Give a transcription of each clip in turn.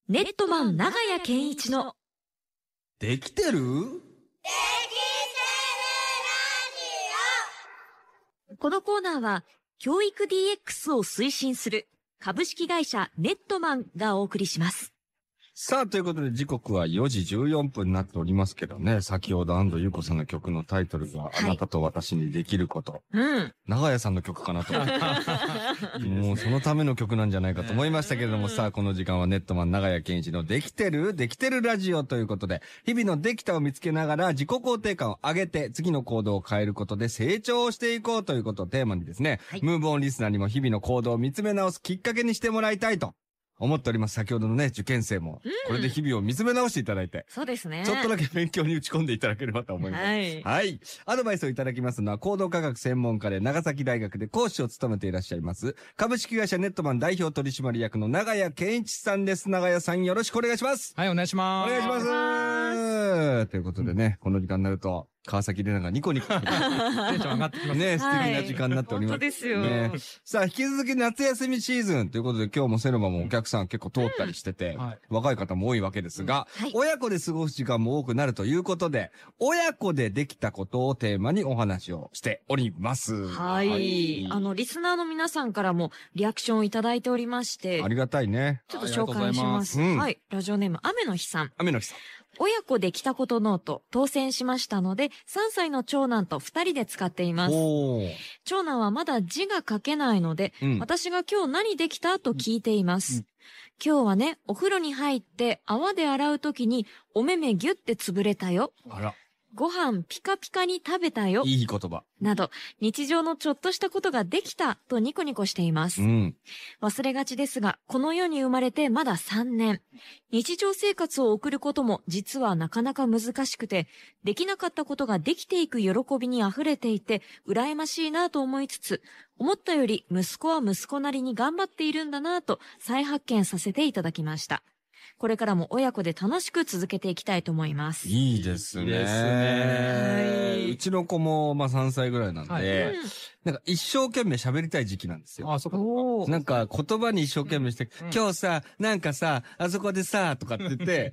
ネットマン長屋健一のできてる？ このコーナーは教育 DX を推進する株式会社ネットマンがお送りします。 さあ、ということで時刻は4時14分になっておりますけどね、先ほど安藤優子さんの曲のタイトルが、あなたと私にできること。長屋さんの曲かなと。もうそのための曲なんじゃないかと思いましたけれども、さあ、この時間はネットマン長屋健一のできてるラジオということで、日々のできたを見つけながら自己肯定感を上げて、次の行動を変えることで成長をしていこうということをテーマにですね、ムーブオンリスナーにも日々の行動を見つめ直すきっかけにしてもらいたいと。思っております。先ほどのね、受験生も、これで日々を見つめ直していただいて。 そうですね。 ちょっとだけ勉強に打ち込んでいただければと思います。はい。アドバイスをいただきますのは、行動科学専門家で長崎大学で講師を務めていらっしゃいます、株式会社ネットマン代表取締役の長屋健一さんです。長屋さんよろしくお願いします。 はい、お願いします。 お願いします。ということでね、この時間になると、川崎玲奈がニコニコ。テンション上がってきますね、素敵な時間になっております。 本当ですよ。 ね。さあ、引き続き夏休みシーズンということで、今日もセルマもお客さん結構通ったりしてて、若い方も多いわけですが、親子で過ごす時間も多くなるということで、親子でできたことをテーマにお話をしております。 はい。リスナーの皆さんからもリアクションをいただいておりまして、 ありがたいね。 ちょっと紹介します。はい。ラジオネーム、雨の日さん。 雨の日さん。 親子できたことノート当選しましたので、3歳の長男と2人で使っています。長男はまだ字が書けないので、私が今日何できたと聞いています。今日はね、お風呂に入って泡で洗うときにお目目ギュって潰れたよ。 あら。 ご飯ピカピカに食べたよ。 いい言葉。 など、日常のちょっとしたことができたとニコニコしています。忘れがちですが、この世に生まれてまだ3年。日常生活を送ることも実はなかなか難しくて、できなかったことができていく喜びに溢れていて、羨ましいなと思いつつ、思ったより息子は息子なりに頑張っているんだなと再発見させていただきました。これからも親子で楽しく続けていきたいと思います。 いいですね。うちの子も、3歳ぐらいなんで、なんか一生懸命喋りたい時期なんですよ。 あ、そうか。 なんか言葉に一生懸命して、今日さ、なんかさ、あそこでさ、とかって言って、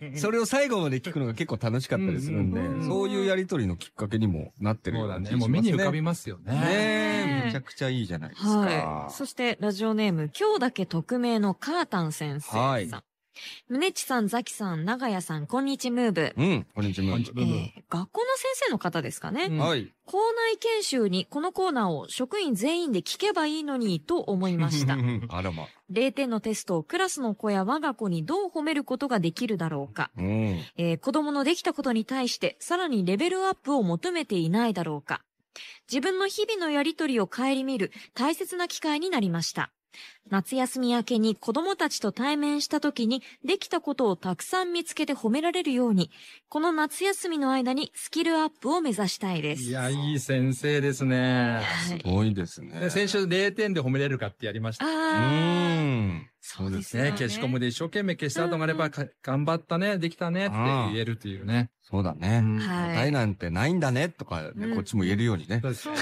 それを最後まで聞くのが結構楽しかったりするんで、そういうやりとりのきっかけにもなってるような気がしますね。 もう目に浮かびますよね。 ねえ、めちゃくちゃいいじゃないですか。 はい。そしてラジオネーム、今日だけ匿名のカータン先生さん。はい。宗地さん、ザキさん、長屋さん、こんにちムーブ。 こんにちムーブ。 学校の先生の方ですかね。 はい。 校内研修にこのコーナーを職員全員で聞けばいいのにと思いました。 あらま。 0点のテストをクラスの子や我が子にどう褒めることができるだろうか。子供のできたことに対してさらにレベルアップを求めていないだろうか。自分の日々のやりとりを顧みる大切な機会になりました。夏休み明けに子供たちと対面した時にできたことをたくさん見つけて褒められるように、この夏休みの間にスキルアップを目指したいです。 いや、いい先生ですね。 すごいですね。 先週0点で褒めれるかってやりました。 そうですね。 消しゴムで一生懸命消した後があれば、頑張ったね、できたねって言えるというね。 そうだね。答えなんてないんだねとか、こっちも言えるようにね。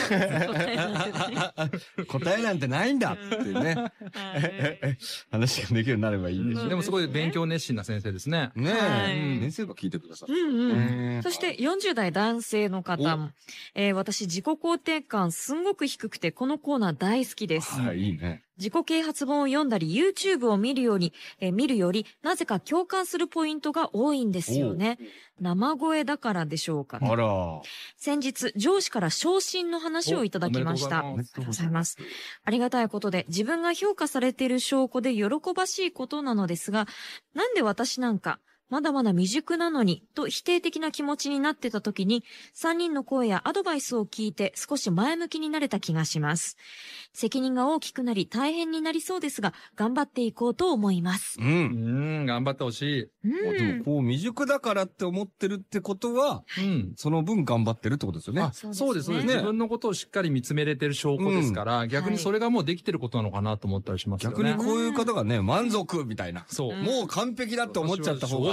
答えなんてないんだっていうね。話ができるようになればいいでしょ。 でもすごい勉強熱心な先生ですね。 ねえ。先生が聞いてください。 そして40代男性の方も、私自己肯定感すんごく低くてこのコーナー大好きです。 はい、いいね。 自己啓発本を読んだり YouTube を見るより、なぜか共感するポイントが多いんですよね。生声だからでしょうか。 あら。 先日、上司から昇進の話をいただきました。ありがとうございます。ありがたいことで、自分が評価されている証拠で喜ばしいことなのですが、なんで私なんか、まだまだ未熟なのに、と否定的な気持ちになってた時に、3人の声やアドバイスを聞いて少し前向きになれた気がします。責任が大きくなり大変になりそうですが、頑張っていこうと思います。 頑張ってほしい。 でも未熟だからって思ってるってことは、その分頑張ってるってことですよね。 そうです、自分のことをしっかり見つめれてる証拠ですから、逆にそれがもうできてることなのかなと思ったりしますよね。 逆にこういう方がね、満足みたいな。もう完璧だって思っちゃった方が。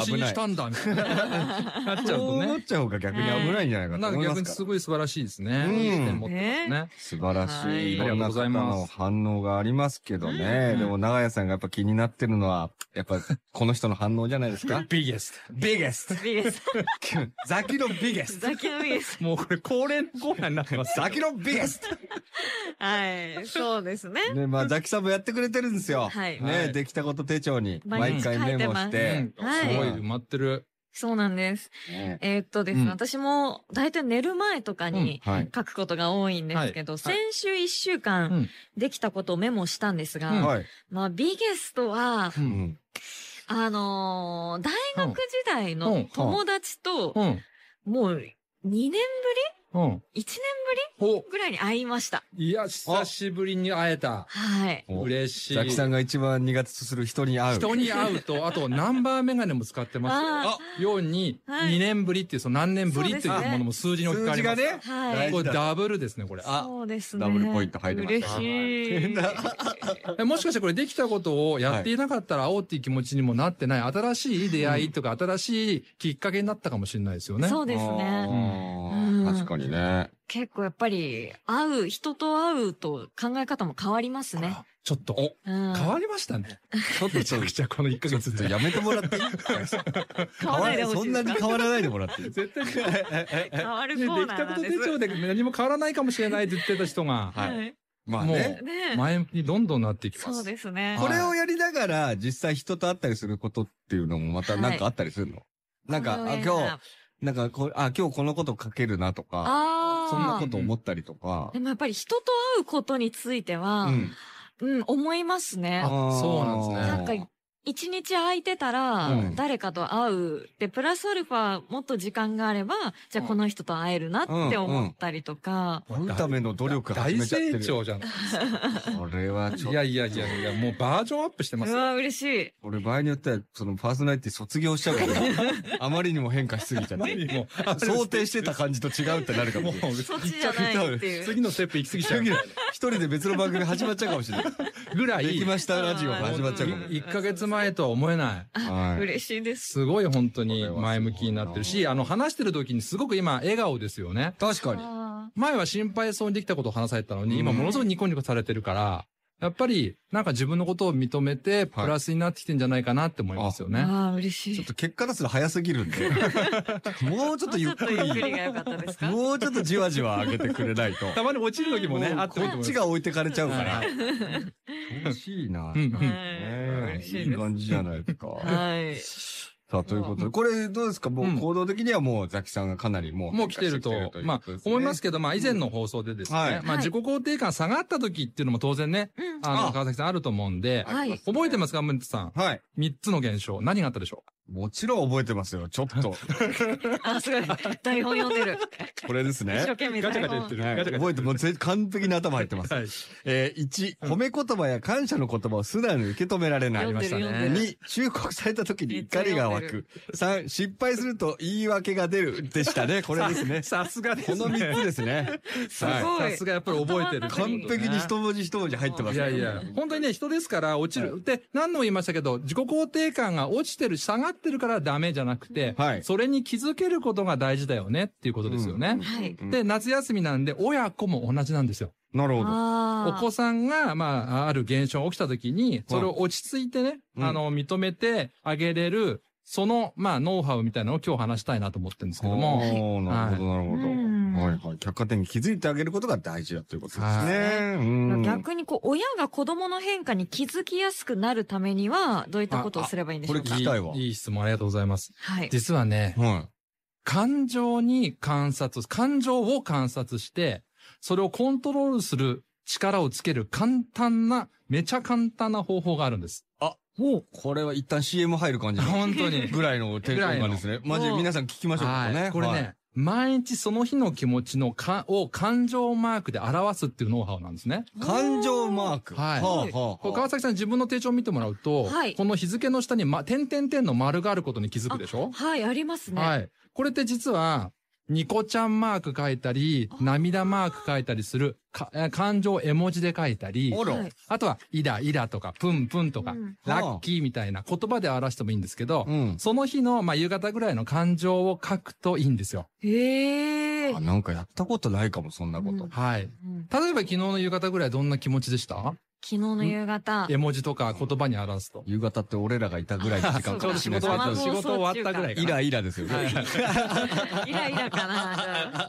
危ない。 したんだ、みたいな。なっちゃうとね。 そう思っちゃう方が逆に危ないんじゃないかと思いますから。 なんか逆にすごい素晴らしいですね。いい点持ってますね。 素晴らしい。いありろんな方がとうございますの反応がありますけどね。でも、長屋さんがやっぱ気になってるのは、やっぱこの人の反応じゃないですか。 ビゲスト。 ビゲスト。 ビゲス。 ザキのビゲスト。 ザキのビゲス。 もうこれ恒例のコーナーになってます。 ザキのビゲスト。 はい。そうですね。 ね、まあ、ザキさんもやってくれてるんですよ。 はいね、できたこと手帳に毎日毎回メモして。 はいすごい埋まってる。 そうなんです。 ねですね、私も、だいたい寝る前とかにはい。 書くことが多いんですけど、 はい先週1週う間んできたことをメモしたんですが、 はい。 まあ、ビゲストは、 うん。 大学時代の友達と、 うん。 もう、2年ぶうん。 り ?1 年おぶりぐらいに会いました。 いや、久しぶりに会えた。 はい。 お嬉しい。 ザキさんが一番苦手とする人に会う。 人に会うと、あとナンバーメガネも使ってますように、 はい 2年ぶりっていう、その何年ぶりっていうものも数字に置き換わります。 数字がね。 はい。 これダブルですね、これ。 あそうですね。 ダブルポイント入りました嬉しい。 もしかしてこれできたことをやっていなかったら会おうっていう気持ちにもなってない、新しい出会いとか新しいきっかけになったかもしれないですよね。 そうですね。 あー確かにね。 結構やっぱり、人と会うと考え方も変わりますね。 あちょっと、 変変わりましたね。 ちょっとめちゃくちゃこの1ヶちょっ月で。 とやめてもらっていい変わらないでほしいそんなに変わらないでもらっていい絶対変わるでコーきたことナーなんです。 手帳で何も変わらないかもしれないって言ってた人が、 はい。まあもうね。 ね前向きにどんどんなっていきます。 そうですね。 これをやりながら実際人と会ったりすることっていうのもまたなんかあったりするの、なんか、今日このこと書けるなとか、そんなこと思ったりとか。 でもやっぱり人と会うことについては、思いますね。 あそうなんですねなんか、一日空いてたら、誰かと会う。で、プラスアルファもっと時間があれば、じゃあこの人と会えるなって思ったりとか。 会うための努力始大めちゃってる。 成長じゃないですか。 これはちょっと。 いや、もうバージョンアップしてますよ。 うわ、嬉しい。 俺場合によっては、そのパーソナリティ卒業しちゃうから、あまりにも変化しすぎちゃって。 も想定してた感じと違うってなるかもしれない。 そっちじゃないっていう。 次のステップ行き過ぎちゃう。 一人で別の番組始まっちゃうかもしれない。 ぐらい。 できましたラジオが始まっちゃうかも。 1ヶ月前とは思えない。 嬉しいです。 すごい本当に前向きになってるし、話してる時にすごく今笑顔ですよね。 確かに。 前は心配そうにできたことを話されたのに、今ものすごいニコニコされてるから、やっぱりなんか自分のことを認めてプラスになってきてんじゃないかなって思いますよね。 ああ、嬉しい。 ちょっと結果出すの早すぎるんで。もうちょっとゆっくり。 ゆっくりが良かったですか？ もうちょっとじわじわ上げてくれないと。 たまに落ちる時もね、あってこっちが置いてかれちゃうから。楽しいな。いい感じじゃないですか。 はい。 さあ、ということで、これどうですか？もう行動的にはもうザキさんがかなりもう来てると、まあ、思いますけど、まあ、以前の放送でですね、まあ、自己肯定感下がった時っていうのも当然ね、川崎さんあると思うんで、覚えてますか、ムンツさん。 はい。 3つの現象、何があったでしょう？ もちろん覚えてますよ、ちょっと。 あ、すごい。台本読んでる。 これですね。 一生懸命ガチャガチャ言ってる。 覚えて、もう完璧に頭入ってます。1、褒め言葉や感謝の言葉を素直に受け止められない。2、忠告された時に怒りが湧く。3、失敗すると言い訳が出る。でしたね。これですね。 さすがですね。 この3つですね。 さすがやっぱり覚えてる。 完璧に一文字一文字入ってます。 いやいや、本当にね、人ですから落ちる。で、何度も言いましたけど、自己肯定感が落ちてる、下がってるからダメじゃなくて、それに気づけることが大事だよねっていうことですよね。で、夏休みなんで親子も同じなんですよ。 なるほど。 お子さんが、まあ、ある現象が起きた時に、それを落ち着いてね、認めてあげれる、その、まあ、ノウハウみたいなのを今日話したいなと思ってるんですけども。 なるほど、なるほど。はいはい。客観的に気づいてあげることが大事だということですね。 逆に親が子供の変化に気づきやすくなるためには、どういったことをすればいいんでしょうか？ これ聞きたいわ。 いい質問ありがとうございます。 はい。 実はね、感情を観察して、それをコントロールする力をつけるめちゃ簡単な方法があるんです。 これは一旦 CM 入る感じ。 本当に。 ぐらいのテンション感ですね。マジで皆さん聞きましょうね。 これね、毎日その日の気持ちを感情マークで表すっていうノウハウなんですね。 感情マーク。 はい。川崎さん自分の手帳を見てもらうと、この日付の下に点々点の丸があることに気づくでしょ？ はい、ありますね。 はい。これって実は、 ニコちゃんマーク書いたり、涙マーク書いたりする、感情絵文字で書いたり、あとは、イライラとか、プンプンとか、ラッキーみたいな言葉で表してもいいんですけど、その日の、夕方ぐらいの感情を書くといいんですよ。 へー。 なんかやったことないかも、そんなこと。 はい。例えば昨日の夕方ぐらいどんな気持ちでした？ 昨日の夕方。 絵文字とか言葉に表すと。 夕方って俺らがいたぐらいの時間かもしれない。 仕事終わったぐらい。 イライラですよね。 イライラかな。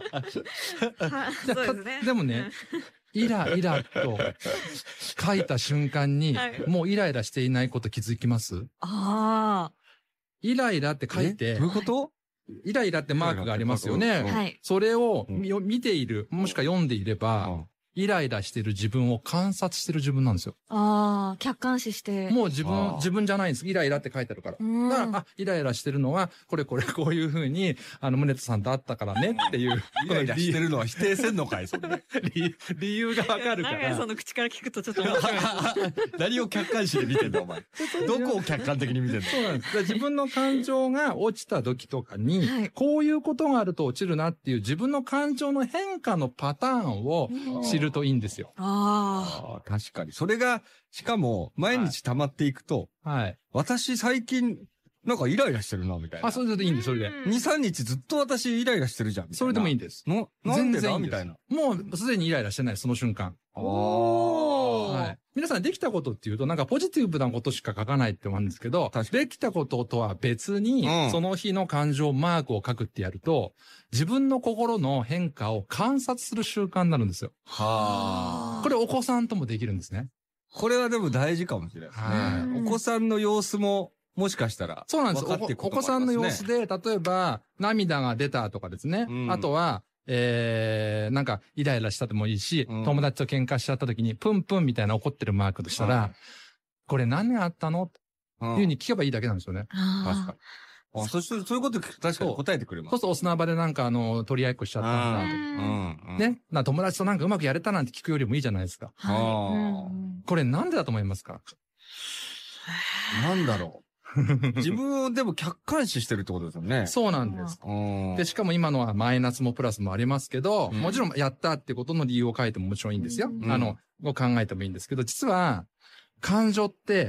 そうですね。 でもね、イライラと書いた瞬間に、もうイライラしていないこと気づきます？ ああ。 イライラって書いて、 どういうこと？ イライラってマークがありますよね。 はい。 それを見ている、もしくは読んでいれば、イライラしてる自分を観察してる自分なんですよ。 ああ、客観視して。 もう自分じじゃないんです。イライラって書いてあるから。だから、イライラしてるのは、こういう風に、宗人さんと会ったからねっていう。 イライラしてるのは否定せんのかい、それ。 理由がわかるから。 長屋さんの口から聞くとちょっと面白い。 何を客観視で見てんだ、お前。どこを客観的に見てんの？ そうなんです。自分の感情が落ちた時とかに、こういうことがあると落ちるなっていう自分の感情の変化のパターンを知るといいんですよ。 ああ、確かに。それが、しかも、毎日溜まっていくと、 はい。 私最近、なんかイライラしてるな、みたいな。 それでいいんです、それで。 2、3日ずっと私イライラしてるじゃん。 それでもいいんです。 なんでだみたいな。 もうすでにイライラしてない、その瞬間。はい。皆さんできたことっていうと、なんかポジティブなことしか書かないって思うんですけど、できたこととは別に、その日の感情マークを書くってやると、自分の心の変化を観察する習慣になるんですよ。 はあ。 これお子さんともできるんですね。 これはでも大事かもしれないですね。お子さんの様子も、もしかしたら。 そうなんです。お子さんの様子で、例えば、涙が出たとかですね。あとは、なんか、イライラしたでもいいし、友達と喧嘩しちゃった時に、プンプンみたいな怒ってるマークとしたら、これ何があったのっていうふうに聞けばいいだけなんですよね。 確かに。そういうこと確かに答えてくれます。 そうするとお砂場でなんか取り合いっこしちゃったんだと。ね。友達となんかうまくやれたなんて聞くよりもいいじゃないですか。これなんでだと思いますか？ なんだろう。自分をでも客観視してるってことですよね。 そうなんです。で、しかも今のはマイナスもプラスもありますけど、もちろんやったってことの理由を書いてももちろんいいんですよ。を考えてもいいんですけど、実は、感情って、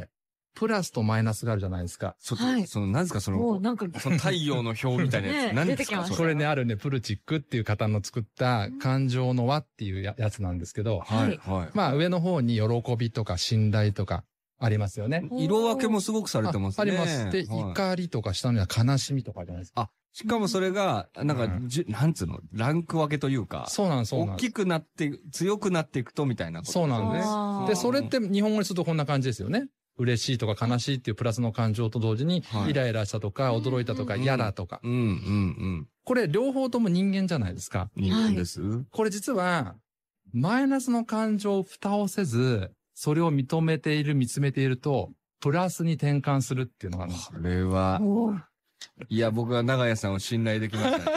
プラスとマイナスがあるじゃないですか。 何ですかその太陽の表みたいなやつ。何ですかこれね、あるね、プルチックっていう方の作った感情の輪っていうやつなんですけど、上の方に喜びとか信頼とか、ありますよね。 色分けもすごくされてますね。 あります。で、怒りとか下には悲しみとかじゃないですか。 しかもそれが、なんか、なんつうの、ランク分けというか。 そうなんです。 大きくなって、強くなっていくとみたいなこと。 そうなんです。で、それって日本語にするとこんな感じですよね。嬉しいとか悲しいっていうプラスの感情と同時に、イライラしたとか、驚いたとか、嫌だとか。これ両方とも人間じゃないですか。 人間です。 これ実は、マイナスの感情を蓋をせず、それを認めている、見つめていると、プラスに転換するっていうのがあるんです。 これは、いや、僕は長屋さんを信頼できました。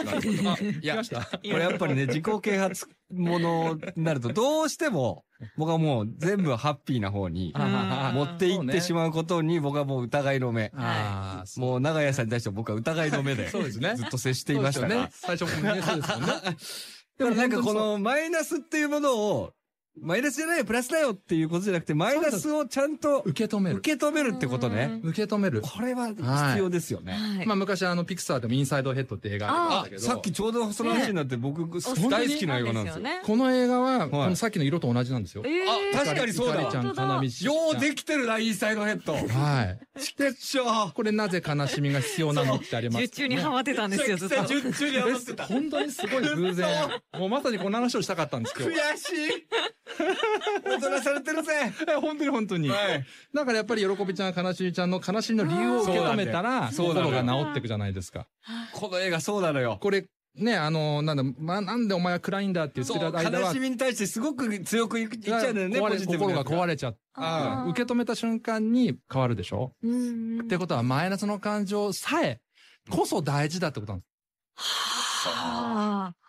いや、これやっぱりね、自己啓発ものになると、どうしても、僕はもう全部ハッピーな方に持っていってしまうことに、僕はもう疑いの目。もう長屋さんに対して僕は疑いの目で、ずっと接していましたね。 最初もね、そうですもんね。 でもなんかこのマイナスっていうものを、マイナスじゃないよ、プラスだよっていうことじゃなくて、マイナスをちゃんと受け止める。 受け止めるってことね。 受け止める。 これは必要ですよね。 昔ピクサーでもインサイドヘッドって映画ありましたけど。 さっきちょうどその話になって僕大好きな映画なんですよ。 この映画は、このさっきの色と同じなんですよ。 確かにそうだ。 ちゃん、かなみし。 ようできてるな、インサイドヘッド。 はい。で、これなぜ悲しみが必要なのってあります。 術中にハマってたんですよ、ずっと。 術中にハマってた。 本当にすごい偶然。もうまさにこの話をしたかったんですけど。 悔しい。踊らされてるぜ。 本当に。だからやっぱり喜びちゃん、悲しみちゃんの悲しみの理由を受け止めたら、心が治っていくじゃないですか。 この映画そうなのよ。 これ、ね、なんでお前は暗いんだって言ってる間は。 悲しみに対してすごく強く言っちゃうんだよね、 心が壊れちゃって。受け止めた瞬間に変わるでしょ？ってことは、マイナスの感情さえこそ大事だってことなんです。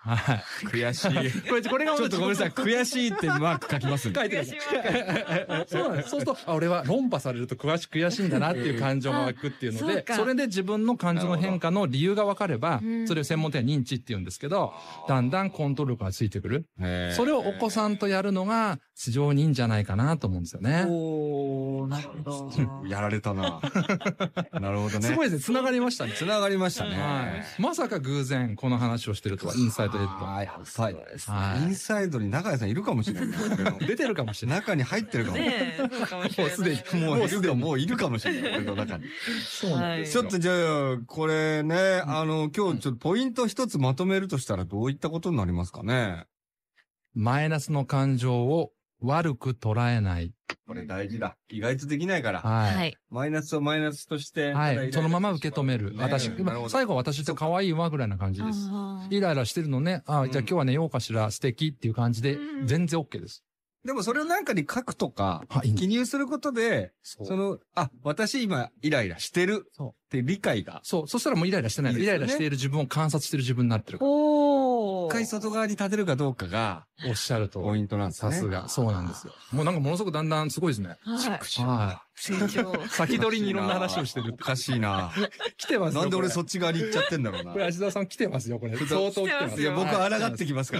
はい。 悔しい。 これがちょっとごめんなさい。悔しいってマーク書きますんで。 書いてください。そうなんです。そうすると、俺は論破されると悔しいんだなっていう感情が湧くっていうので、それで自分の感情の変化の理由が分かれば、それを専門的には認知って言うんですけど、だんだんコントロールがついてくる。それをお子さんとやるのが非常にいいんじゃないかなと思うんですよね。 おー、なるほど。 やられたな。なるほどね。 すごいですね。繋がりましたね。 繋がりましたね。 まさか偶然この話をしてるとは、インサイドヘッド。 はい、インサイドに中谷さんいるかもしれない。 出てるかもしれない。 中に入ってるかもしれない。 もうすでに、 もういるかもしれない。俺の中に。 そうなんですよ。 ちょっとじゃあ、これね、今日ちょっとポイント一つまとめるとしたらどういったことになりますかね。 マイナスの感情を悪く捉えない。 これ大事だ。意外とできないから。 はい。 マイナスをマイナスとして。 はい。そのまま受け止める。私、最後私って可愛いわぐらいな感じです。イライラしてるのね。じゃあ今日は寝ようかしら。素敵っていう感じで、全然 OK です。 でもそれをなんかに書くとか、記入することで、私今イライラしてるって理解が。 そしたらもうイライラしてない。イライラしている自分を観察してる自分になってる。 一回外側に立てるかどうかが、 おっしゃると。 ポイントなんですね。 さすが。そうなんですよ。もうなんかものすごくだんだんすごいですね。 はい。成長。 先取りにいろんな話をしてる。 おかしいな。 来てますよ。 なんで俺そっち側に行っちゃってんだろうな。 これ芦田さん来てますよ、これ。相当来てます。 いや、僕は抗ってきますから。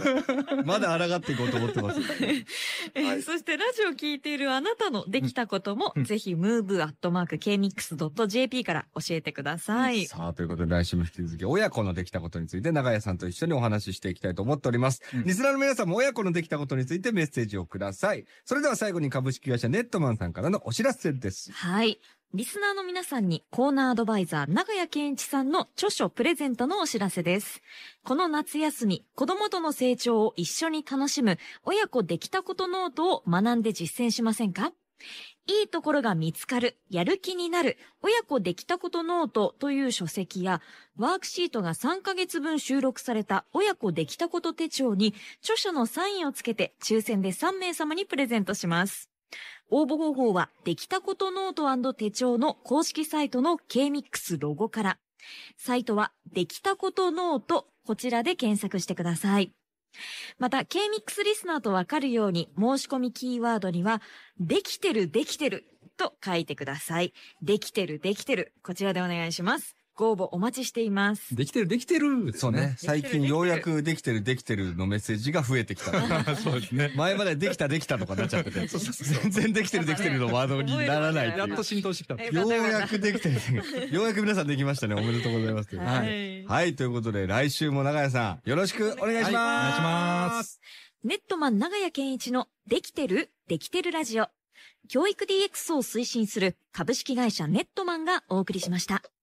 まだ抗っていこうと思ってます。 そしてラジオ聞いているあなたのできたことも、ぜひ move@kmix.jp から教えてください。 さあ、ということで来週も引き続き親子のできたことについて長谷さんと一緒にお話ししていきたいと思っております。リスナーの皆さんも親子のできたことについてメッセージをください。それでは最後に株式会社ネットマンさんからのお知らせです。 はい。リスナーの皆さんにコーナーアドバイザー長谷健一さんの著書プレゼントのお知らせです。この夏休み、子供との成長を一緒に楽しむ親子できたことノートを学んで実践しませんか？いいところが見つかる、やる気になる、親子できたことノートという書籍や、ワークシートが3ヶ月分収録された親子できたこと手帳に、著者のサインをつけて抽選で3名様にプレゼントします。応募方法は、できたことノート&手帳の公式サイトの K-MIX ロゴから。サイトは、できたことノート、こちらで検索してください。また、K-MIX リスナーとわかるように、申し込みキーワードには、できてると書いてください。できてる、こちらでお願いします。ご応募お待ちしています。 できてる。 そうね。最近ようやくできてるのメッセージが増えてきた。 そうですね。 前までできたとかなっちゃってて。全然できてるのワードにならない。 やっと浸透してきた。 ようやくできてる。ようやく皆さんできましたね。おめでとうございます。はい。はい。ということで、来週も長谷さん、よろしくお願いします。お願いします。 ネットマン長谷健一のできてるラジオ。教育 DX を推進する株式会社ネットマンがお送りしました。